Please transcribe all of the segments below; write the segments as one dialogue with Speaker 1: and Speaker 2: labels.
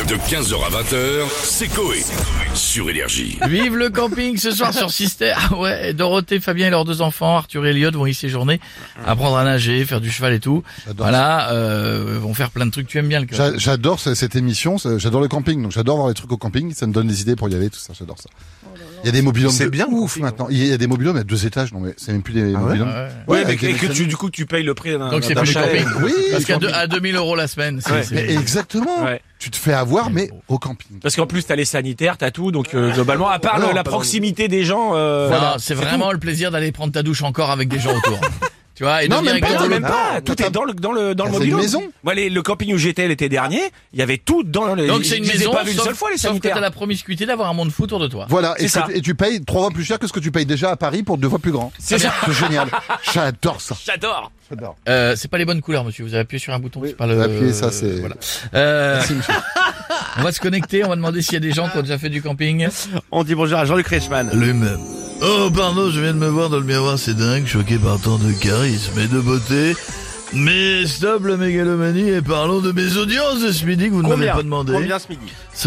Speaker 1: De 15h à 20h, c'est Coé. Sur Énergie.
Speaker 2: Vive le camping ce soir sur Sister. Ah ouais, Dorothée, Fabien et leurs deux enfants, Arthur et Elliot, vont y séjourner, apprendre à nager, faire du cheval et tout.
Speaker 3: J'adore
Speaker 2: voilà, vont faire plein de trucs. Tu aimes bien le camping?
Speaker 3: J'adore cette émission, j'adore le camping, donc j'adore voir les trucs au camping, ça me donne des idées pour y aller, tout ça, j'adore ça. Il y a des mobil-homes
Speaker 4: C'est bien,
Speaker 3: ouf
Speaker 4: camping,
Speaker 3: maintenant. Il y a des mobil-homes à 2 étages, non mais c'est même plus des mobil-homes.
Speaker 4: Ouais,
Speaker 3: avec
Speaker 4: et
Speaker 3: des
Speaker 4: que
Speaker 3: mécaniques.
Speaker 4: du coup, tu payes le prix d'un
Speaker 2: Donc c'est
Speaker 4: d'un
Speaker 2: plus du
Speaker 4: chalet.
Speaker 2: camping.
Speaker 3: Oui,
Speaker 2: Parce
Speaker 3: le
Speaker 2: qu'à
Speaker 3: camping.
Speaker 2: à 2000 € la semaine,
Speaker 4: Ouais.
Speaker 3: Mais exactement.
Speaker 4: Ouais.
Speaker 3: Tu te fais avoir, mais au camping.
Speaker 4: Parce qu'en plus, t'as les sanitaires, t'as tout, donc globalement, à part
Speaker 3: Non,
Speaker 4: la
Speaker 3: pas
Speaker 4: proximité des gens...
Speaker 2: Non, c'est vraiment le plaisir d'aller prendre ta douche encore avec des gens autour. Tu vois, et
Speaker 3: Non,
Speaker 2: de venir
Speaker 3: même
Speaker 2: avec
Speaker 3: pas,
Speaker 2: ton-
Speaker 4: même
Speaker 3: Ah,
Speaker 4: pas, tout
Speaker 3: t'as-
Speaker 4: est dans le
Speaker 3: c'est
Speaker 4: mobile.
Speaker 3: une maison.
Speaker 4: Moi, le camping où j'étais l'été dernier, il y avait tout dans le...
Speaker 2: Donc c'est une
Speaker 4: je les ai
Speaker 2: maison,
Speaker 4: pas vus une
Speaker 2: sauf,
Speaker 4: seule fois, les
Speaker 2: sauf que
Speaker 4: sanitaires.
Speaker 2: t'as la promiscuité d'avoir un monde fou autour de toi.
Speaker 3: Voilà,
Speaker 4: C'est ça.
Speaker 3: et tu payes 3 fois plus cher que ce que tu payes déjà à Paris pour 2 fois plus grand.
Speaker 4: C'est ça.
Speaker 3: C'est génial. J'adore ça.
Speaker 4: J'adore.
Speaker 3: J'adore.
Speaker 2: C'est pas les bonnes couleurs, monsieur. Vous avez appuyé sur un bouton.
Speaker 3: Oui,
Speaker 2: C'est pas le.
Speaker 3: appuyez, ça, c'est-
Speaker 2: Voilà.
Speaker 3: Merci, monsieur.
Speaker 2: On va se connecter. On va demander s'il y a des gens qui ont déjà fait du camping.
Speaker 5: On dit bonjour à Jean-Luc Reichmann.
Speaker 6: Lui-même. Oh, pardon, je viens de me voir dans le miroir, c'est dingue, choqué par tant de charisme et de beauté. Mais stop la mégalomanie et parlons de mes audiences de ce midi que vous ne m'avez pas demandé.
Speaker 5: Combien ce midi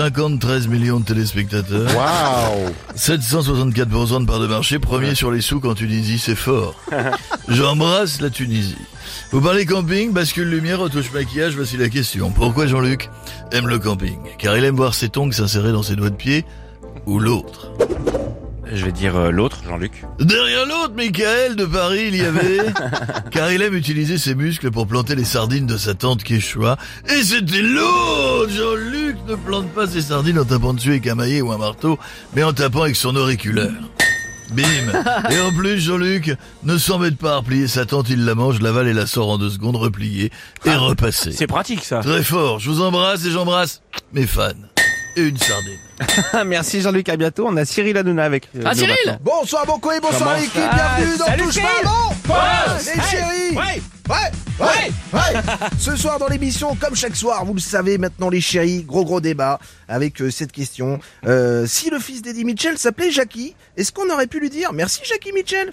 Speaker 6: 53 millions de téléspectateurs.
Speaker 3: Waouh.
Speaker 6: 764% de part de marché, premier sur les sous en Tunisie, c'est fort. J'embrasse la Tunisie. Vous parlez camping, bascule lumière, retouche maquillage, voici la question. Pourquoi Jean-Luc aime le camping? Car il aime voir ses tongs s'insérer dans ses doigts de pied ou l'autre?
Speaker 5: Je vais dire l'autre, Jean-Luc.
Speaker 6: Derrière l'autre, Michael de Paris, il y avait... Car il aime utiliser ses muscles pour planter les sardines de sa tante Quechua. Et c'était l'autre! Jean-Luc ne plante pas ses sardines en tapant dessus avec un maillet ou un marteau, mais en tapant avec son auriculaire. Bim! Et en plus, Jean-Luc ne s'embête pas à replier sa tante, il la mange, l'avale et la sort en 2 secondes, repliée et repassée.
Speaker 4: C'est pratique, ça.
Speaker 6: Très fort, je vous embrasse et j'embrasse mes fans. Et une sardine.
Speaker 5: Merci Jean-Luc, à bientôt. On a Cyril Hanouna avec
Speaker 2: Ah,
Speaker 5: nous
Speaker 2: Cyril
Speaker 5: maintenant.
Speaker 7: Bonsoir Boko et bonsoir
Speaker 5: Comment
Speaker 7: l'équipe,
Speaker 5: ça
Speaker 7: bienvenue dans
Speaker 5: Salut,
Speaker 7: Touche
Speaker 5: Cyril.
Speaker 7: pas bon.
Speaker 5: Ouais.
Speaker 7: Les chéris. Ouais. Ce soir dans l'émission, comme chaque soir, vous le savez maintenant les chéris, gros débat avec cette question. Si le fils d'Eddie Mitchell s'appelait Jackie, est-ce qu'on aurait pu lui dire merci Jackie Mitchell?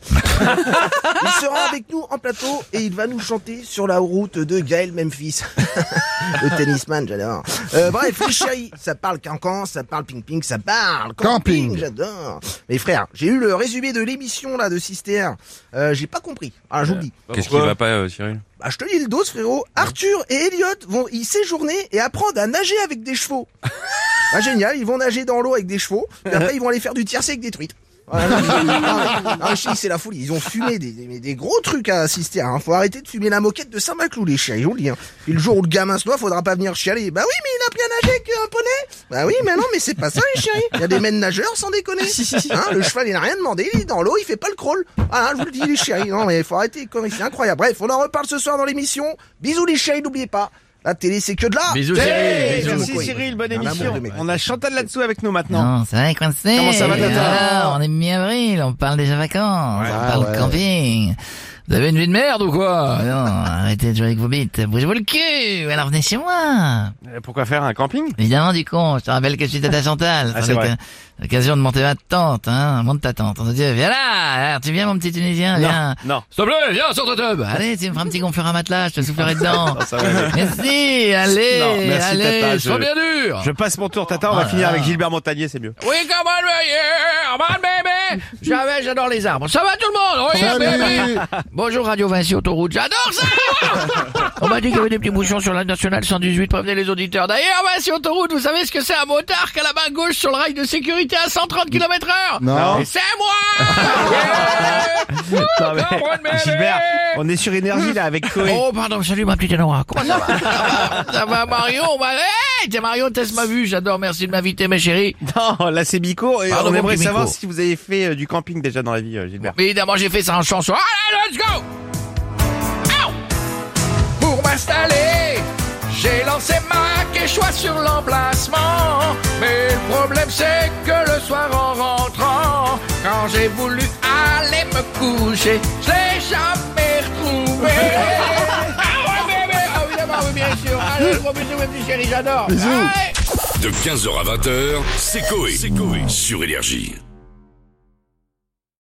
Speaker 7: Il sera avec nous en plateau et il va nous chanter sur la route de Gaël Memphis. Le tennisman, j'adore. Bref, les chéris, ça parle cancan, ça parle ping-ping, ça parle camping, j'adore. Mais frère, j'ai eu le résumé de l'émission là de Sister. J'ai pas compris. Ah, j'oublie.
Speaker 5: Qu'est-ce qui va pas, Cyril
Speaker 7: Bah, je te lis le dos, frérot. Arthur et Elliot vont y séjourner et apprendre à nager avec des chevaux. Bah, génial, ils vont nager dans l'eau avec des chevaux, et après ils vont aller faire du tiercé avec des truites. Voilà, c'est la folie. Ils ont fumé des gros trucs à assister. Hein. Faut arrêter de fumer la moquette de Saint-Maclou, les chiens. Ils ont le dit. Hein. Et le jour où le gamin se noie, faudra pas venir chialer. Bah oui, mais il a appris à nager avec un poney. Bah oui, mais non, mais c'est pas ça, les chiens. Il y a des mènes nageurs, sans déconner. Hein, le cheval, il n'a rien demandé. Il est dans l'eau, il fait pas le crawl. Voilà, je vous le dis, les chiens. Non, mais faut arrêter les conneries. C'est incroyable. Bref, on en reparle ce soir dans l'émission. Bisous, les chiens. N'oubliez pas. La télé, c'est que de là.
Speaker 2: Bisous, Cyril. Bisous.
Speaker 5: Merci Cyril, bonne
Speaker 7: Un amour
Speaker 5: émission.
Speaker 7: de mec.
Speaker 5: On a Chantal là-dessous avec nous maintenant.
Speaker 8: Non, ça va, coincé.
Speaker 5: Comment ça va, Tata
Speaker 8: Alors, on est mi-avril, on parle déjà vacances, on parle
Speaker 3: ouais.
Speaker 8: camping. Vous avez une vie de merde ou quoi? Non, arrêtez de jouer avec vos bites, bougez-vous le cul, alors venez chez moi.
Speaker 5: Pourquoi faire un camping
Speaker 8: Évidemment, du con, je te rappelle que je suis Tata Chantal.
Speaker 5: Ah, c'est vrai.
Speaker 8: L'occasion de monter ma tante, hein, monte ta tante. On te dit, viens là, alors, tu viens mon petit Tunisien, viens.
Speaker 5: Non.
Speaker 2: S'il te plaît, viens sur ta tube.
Speaker 8: Allez, tu me feras un petit gonfleur à matelas, je te soufflerai dedans.
Speaker 5: Ça va aller.
Speaker 8: Merci, allez,
Speaker 5: Non, merci,
Speaker 8: allez.
Speaker 5: Tata,
Speaker 2: Sois bien dur.
Speaker 5: Je passe mon tour, Tata, on va finir avec Gilbert Montagnier, c'est mieux.
Speaker 2: Oui, come on, yeah, come on, baby. J'adore les arbres. Ça va tout le monde? Oui, baby. Bonjour, Radio Vinci Autoroute. J'adore ça. On m'a dit qu'il y avait des petits bouchons sur la nationale 118. Prévenez les auditeurs. D'ailleurs, Vinci Autoroute, vous savez ce que c'est un motard qui a la main gauche sur le rail de sécurité à 130 km/h?
Speaker 3: Non.
Speaker 2: Et c'est moi. Yeah.
Speaker 5: Non, mais,
Speaker 2: Come on, baby.
Speaker 5: Gilbert, on est sur Énergie là avec Coé.
Speaker 2: Oh, pardon, salut ma petite Noah. Comment ça va? Ça va, Marion? Hey, t'es Marion, Tess m'a vu. J'adore, merci de m'inviter, mes chéris.
Speaker 5: Non, là c'est Bico et
Speaker 2: Pardon,
Speaker 5: on
Speaker 2: mon
Speaker 5: aimerait
Speaker 2: petit
Speaker 5: savoir
Speaker 2: Bico.
Speaker 5: si vous avez fait du camping déjà dans la vie, Gilbert.
Speaker 2: Évidemment, j'ai fait ça en chanson. Allez, let's go! Ow! Pour m'installer, j'ai lancé ma quechua sur l'emplacement. Mais le problème, c'est que le soir en rentrant, quand j'ai voulu aller me coucher, je l'ai jamais retrouvé. Ah ouais, bébé! Ah, évidemment, oui, bien sûr. Allez, gros bisous, mes petits chéris, j'adore.
Speaker 3: Bisous.
Speaker 2: Allez.
Speaker 1: De 15h à 20h, c'est Coé. Sur Énergie.